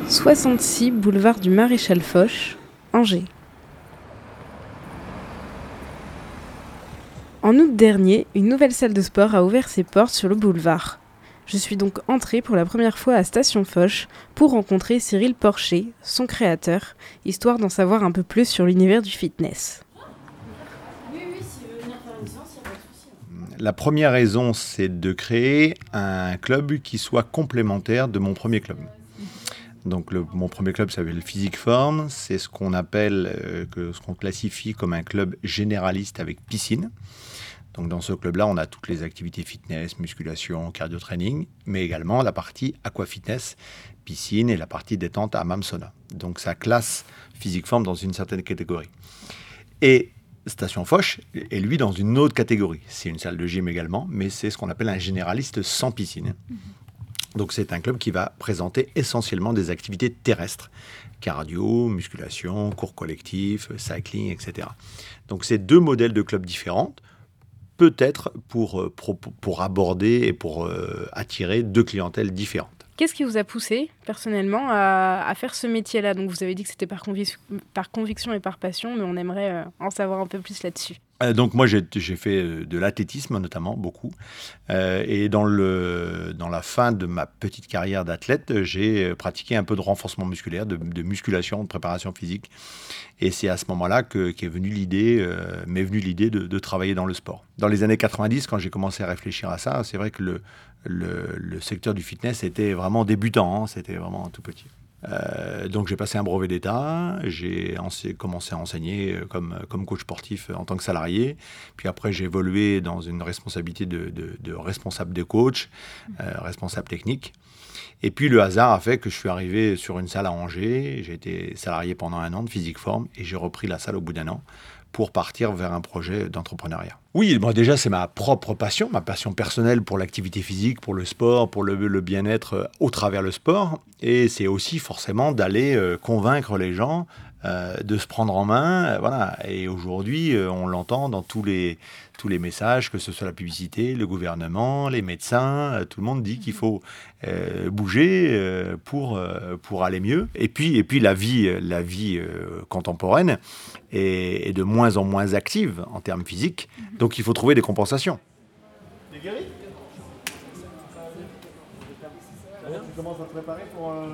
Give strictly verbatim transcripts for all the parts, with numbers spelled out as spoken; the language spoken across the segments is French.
soixante-six boulevard du Maréchal Foch, Angers. En août dernier, une nouvelle salle de sport a ouvert ses portes sur le boulevard. Je suis donc entrée pour la première fois à Station Foch pour rencontrer Cyril Porcher, son créateur, histoire d'en savoir un peu plus sur l'univers du fitness. La première raison, c'est de créer un club qui soit complémentaire de mon premier club. Donc le, mon premier club s'appelle Physique Form, c'est ce qu'on appelle, euh, que, ce qu'on classifie comme un club généraliste avec piscine. Donc dans ce club-là, on a toutes les activités fitness, musculation, cardio-training, mais également la partie aquafitness, piscine et la partie détente hammam sauna. Donc ça classe Physique Form dans une certaine catégorie. Et Station Foch est lui dans une autre catégorie. C'est une salle de gym également, mais c'est ce qu'on appelle un généraliste sans piscine. Donc c'est un club qui va présenter essentiellement des activités terrestres, cardio, musculation, cours collectif, cycling, et cetera. Donc c'est deux modèles de clubs différents, peut-être pour, pour, pour aborder et pour euh, attirer deux clientèles différentes. Qu'est-ce qui vous a poussé, personnellement, à, à faire ce métier-là ? Donc vous avez dit que c'était par, convic- par conviction et par passion, mais on aimerait euh, en savoir un peu plus là-dessus. Euh, donc moi, j'ai, j'ai fait de l'athlétisme, notamment, beaucoup. Euh, et dans, le, dans la fin de ma petite carrière d'athlète, j'ai pratiqué un peu de renforcement musculaire, de, de musculation, de préparation physique. Et c'est à ce moment-là que, qu'est venue l'idée, euh, m'est venue l'idée de, de travailler dans le sport. Dans les années quatre-vingt-dix, quand j'ai commencé à réfléchir à ça, c'est vrai que le, le, le secteur du fitness était vraiment débutant, hein, c'était vraiment tout petit. Euh, donc j'ai passé un brevet d'État, j'ai ense- commencé à enseigner comme, comme coach sportif en tant que salarié, puis après j'ai évolué dans une responsabilité de, de, de responsable de coach, euh, responsable technique, et puis le hasard a fait que je suis arrivé sur une salle à Angers, j'ai été salarié pendant un an de Physique Form, et j'ai repris la salle au bout d'un an pour partir vers un projet d'entrepreneuriat. Oui, moi déjà c'est ma propre passion, ma passion personnelle pour l'activité physique, pour le sport, pour le, le bien-être au travers le sport. Et c'est aussi forcément d'aller euh, convaincre les gens euh, de se prendre en main. Euh, voilà. Et aujourd'hui, euh, on l'entend dans tous les, tous les messages, que ce soit la publicité, le gouvernement, les médecins, euh, tout le monde dit qu'il faut euh, bouger euh, pour, euh, pour aller mieux. Et puis, et puis la vie, la vie euh, contemporaine est, est de moins en moins active en termes physiques. Donc il faut trouver des compensations. T'es guéri ? Tu commences à te préparer pour, euh...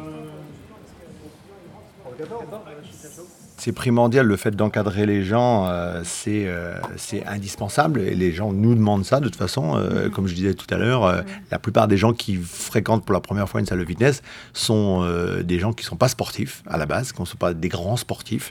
pour le quatorze ? C'est primordial, le fait d'encadrer les gens, euh, c'est, euh, c'est indispensable. Et les gens nous demandent ça de toute façon. Euh, comme je disais tout à l'heure, euh, la plupart des gens qui fréquentent pour la première fois une salle de fitness sont euh, des gens qui ne sont pas sportifs à la base, qui ne sont pas des grands sportifs.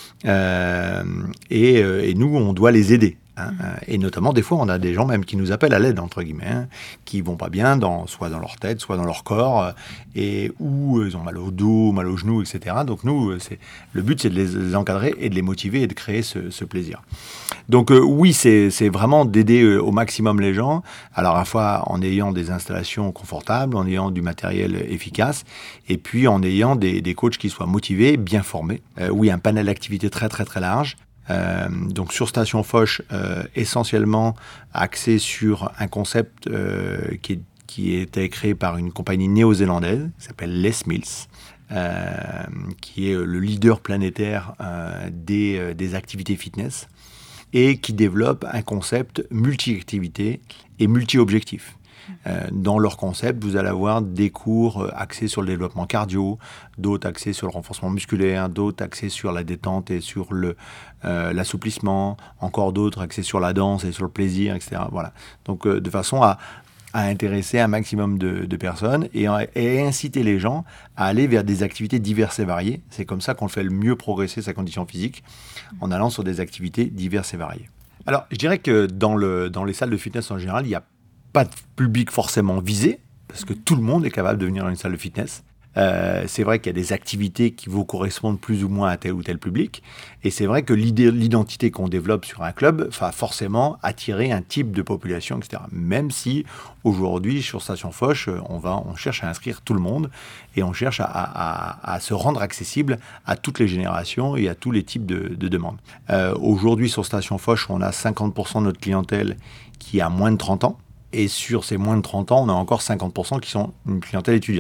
Euh, et, euh, et nous, on doit les aider. Hein, et notamment, des fois, on a des gens même qui nous appellent à l'aide, entre guillemets, hein, qui vont pas bien, dans, soit dans leur tête, soit dans leur corps, et où ils ont mal au dos, mal aux genoux, et cetera. Donc nous, c'est, le but, c'est de les encadrer et de les motiver et de créer ce, ce plaisir. Donc euh, oui, c'est, c'est vraiment d'aider euh, au maximum les gens, alors à la fois en ayant des installations confortables, en ayant du matériel efficace, et puis en ayant des, des coachs qui soient motivés, bien formés. Euh, oui, un panel d'activités très très très large. Euh, donc sur Station Foch, euh, essentiellement axé sur un concept euh, qui, est, qui a été créé par une compagnie néo-zélandaise qui s'appelle Les Mills, euh, qui est le leader planétaire euh, des, euh, des activités fitness et qui développe un concept multi-activité et multi-objectif. Euh, dans leur concept, vous allez avoir des cours euh, axés sur le développement cardio, d'autres axés sur le renforcement musculaire, d'autres axés sur la détente et sur le, euh, l'assouplissement, encore d'autres axés sur la danse et sur le plaisir, et cetera. Voilà. Donc, euh, de façon à, à intéresser un maximum de, de personnes et, et inciter les gens à aller vers des activités diverses et variées. C'est comme ça qu'on fait le mieux progresser sa condition physique, en allant sur des activités diverses et variées. Alors, je dirais que dans, le, dans les salles de fitness en général, il y a pas de public forcément visé, parce que tout le monde est capable de venir dans une salle de fitness. Euh, c'est vrai qu'il y a des activités qui vous correspondent plus ou moins à tel ou tel public, et c'est vrai que l'idée, l'identité qu'on développe sur un club va forcément attirer un type de population, et cetera. Même si aujourd'hui, sur Station Foch, on, va, on cherche à inscrire tout le monde, et on cherche à, à, à se rendre accessible à toutes les générations et à tous les types de, de demandes. Euh, aujourd'hui, sur Station Foch, on a cinquante pour cent de notre clientèle qui a moins de trente ans, et sur ces moins de trente ans, on a encore cinquante pour cent qui sont une clientèle étudiante.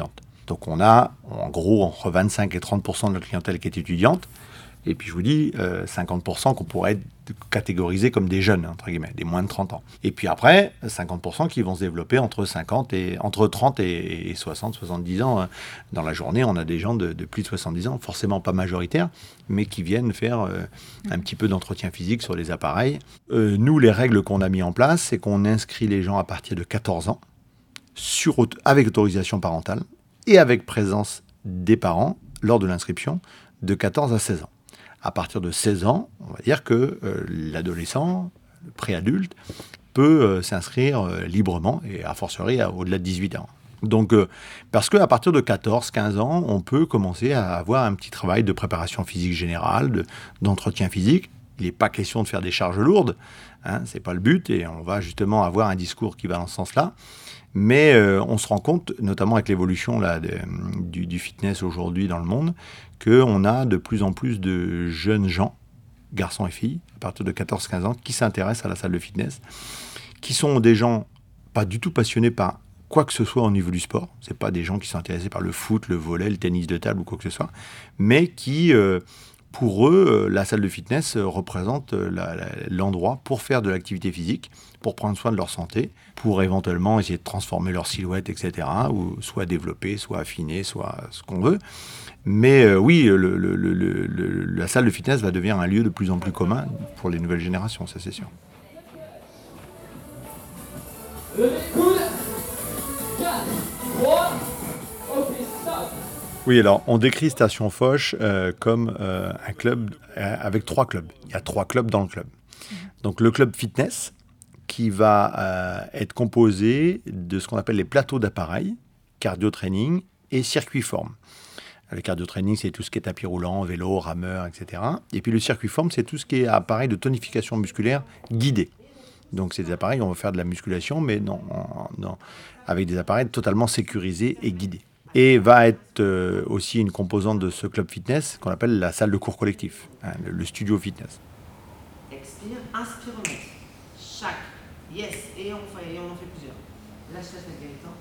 Donc on a en gros entre vingt-cinq et trente pour cent de notre clientèle qui est étudiante. Et puis je vous dis, euh, cinquante pour cent qu'on pourrait catégoriser comme des jeunes, entre guillemets, des moins de trente ans. Et puis après, cinquante pour cent qui vont se développer entre, cinquante et, entre trente et, et soixante, soixante-dix ans. Dans la journée, on a des gens de, de plus de soixante-dix ans, forcément pas majoritaires, mais qui viennent faire euh, un petit peu d'entretien physique sur les appareils. Euh, nous, les règles qu'on a mis en place, c'est qu'on inscrit les gens à partir de quatorze ans, sur, avec autorisation parentale et avec présence des parents lors de l'inscription de quatorze à seize ans. À partir de seize ans, on va dire que euh, l'adolescent, le préadulte, peut euh, s'inscrire euh, librement, et a fortiori à, au-delà de dix-huit ans. Donc, euh, parce qu'à partir de quatorze quinze ans, on peut commencer à avoir un petit travail de préparation physique générale, de, d'entretien physique. Il n'est pas question de faire des charges lourdes, hein, ce n'est pas le but, et on va justement avoir un discours qui va dans ce sens-là. Mais euh, on se rend compte, notamment avec l'évolution là, de, du, du fitness aujourd'hui dans le monde, qu'on a de plus en plus de jeunes gens, garçons et filles, à partir de quatorze quinze ans, qui s'intéressent à la salle de fitness, qui sont des gens pas du tout passionnés par quoi que ce soit au niveau du sport. Ce n'est pas des gens qui sont intéressés par le foot, le volley, le tennis de table ou quoi que ce soit, mais qui... Euh, Pour eux, la salle de fitness représente la, la, l'endroit pour faire de l'activité physique, pour prendre soin de leur santé, pour éventuellement essayer de transformer leur silhouette, et cetera, ou soit développer, soit affiner, soit ce qu'on veut. Mais euh, oui, le, le, le, le, la salle de fitness va devenir un lieu de plus en plus commun pour les nouvelles générations, ça c'est sûr. Oui, alors on décrit Station Foch euh, comme euh, un club euh, avec trois clubs. Il y a trois clubs dans le club. Donc le club fitness qui va euh, être composé de ce qu'on appelle les plateaux d'appareils, cardio-training et circuit-forme. Le cardio-training, c'est tout ce qui est tapis roulant, vélo, rameur, et cetera. Et puis le circuit-forme, c'est tout ce qui est appareil de tonification musculaire guidé. Donc c'est des appareils, on va faire de la musculation, mais non, non, avec des appareils totalement sécurisés et guidés. Et va être euh, aussi une composante de ce club fitness qu'on appelle la salle de cours collectif, hein, le, le studio fitness. Expire, inspire, remonte. Chaque. Yes. Et on, fait, et on en fait plusieurs. Lâche la tête, Gaëtan.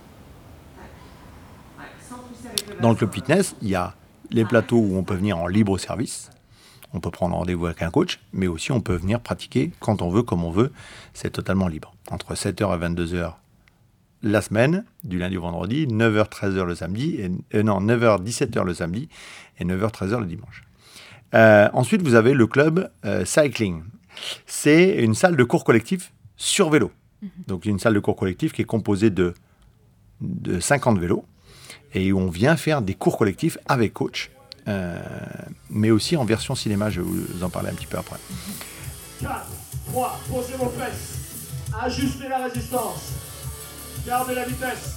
Ouais. Sans pousser avec le bassin. Dans le club fitness, il y a les plateaux où on peut venir en libre service. On peut prendre rendez-vous avec un coach, mais aussi on peut venir pratiquer quand on veut, comme on veut. C'est totalement libre. Entre sept heures et vingt-deux heures la semaine, du lundi au vendredi, neuf heures treize heures le samedi, et, euh, non, neuf heures dix-sept heures le samedi et neuf heures treize heures le dimanche. Euh, ensuite, vous avez le club euh, cycling. C'est une salle de cours collectif sur vélo. Mmh. Donc, une salle de cours collectif qui est composée de, de cinquante vélos et où on vient faire des cours collectifs avec coach, euh, mais aussi en version cinéma. Je vais vous en parler un petit peu après. quatre, trois, posez vos fesses. Ajustez la résistance. Gardez la vitesse.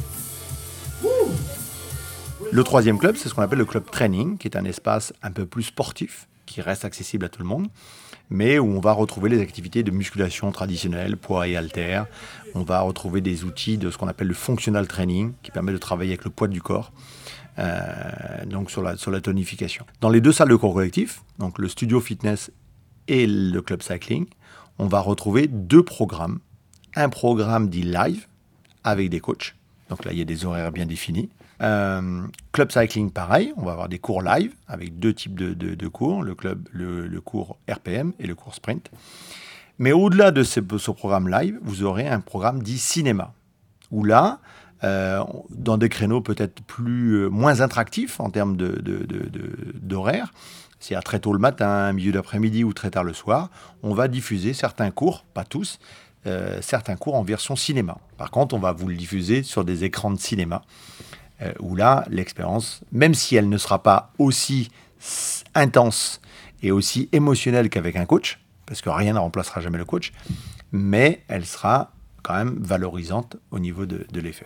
Ouh. Le troisième club, c'est ce qu'on appelle le club training, qui est un espace un peu plus sportif, qui reste accessible à tout le monde, mais où on va retrouver les activités de musculation traditionnelles, poids et haltères. On va retrouver des outils de ce qu'on appelle le functional training, qui permet de travailler avec le poids du corps, euh, donc sur la, sur la tonification. Dans les deux salles de cours collectif, donc le studio fitness et le club cycling, on va retrouver deux programmes. Un programme dit live, avec des coachs. Donc là, il y a des horaires bien définis. Euh, club cycling, pareil. On va avoir des cours live avec deux types de, de, de cours. Le, club, le, le cours R P M et le cours sprint. Mais au-delà de ce, ce programme live, vous aurez un programme dit cinéma. Où là, euh, dans des créneaux peut-être plus, euh, moins attractifs en termes de, de, de, de, d'horaire, c'est à très tôt le matin, milieu d'après-midi ou très tard le soir, on va diffuser certains cours, pas tous, Euh, certains cours en version cinéma. Par contre, on va vous le diffuser sur des écrans de cinéma, euh, où là, l'expérience, même si elle ne sera pas aussi intense et aussi émotionnelle qu'avec un coach, parce que rien ne remplacera jamais le coach, mais elle sera quand même valorisante au niveau de, de l'effet.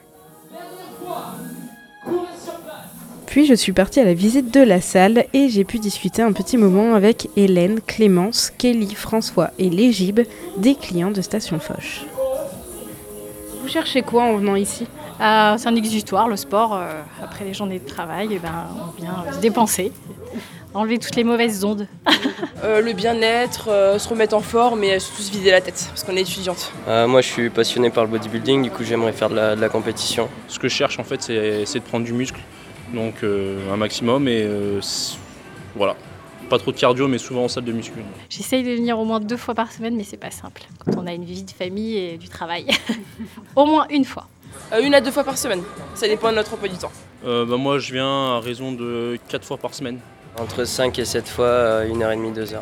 Puis je suis partie à la visite de la salle et j'ai pu discuter un petit moment avec Hélène, Clémence, Kelly, François et Légib, des clients de Station Foch. Vous cherchez quoi en venant ici ? euh, C'est un exutoire, le sport. Euh, après les journées de travail, eh ben, on vient euh, se dépenser. enlever toutes les mauvaises ondes. euh, Le bien-être, euh, se remettre en forme et surtout se vider la tête, parce qu'on est étudiante. Euh, moi je suis passionné par le bodybuilding, du coup j'aimerais faire de la, de la compétition. Ce que je cherche en fait c'est, c'est de prendre du muscle, donc euh, un maximum et euh, voilà. Pas trop de cardio mais souvent en salle de muscu. J'essaye de venir au moins deux fois par semaine mais c'est pas simple quand on a une vie de famille et du travail. Au moins une fois. Euh, une à deux fois par semaine, ça dépend de notre emploi du temps. Euh, bah, moi je viens à raison de quatre fois par semaine. Entre cinq et sept fois, une heure trente, deux heures.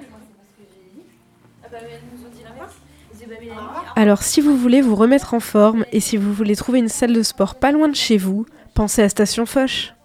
Alors si vous voulez vous remettre en forme et si vous voulez trouver une salle de sport pas loin de chez vous, pensez à Station Foch.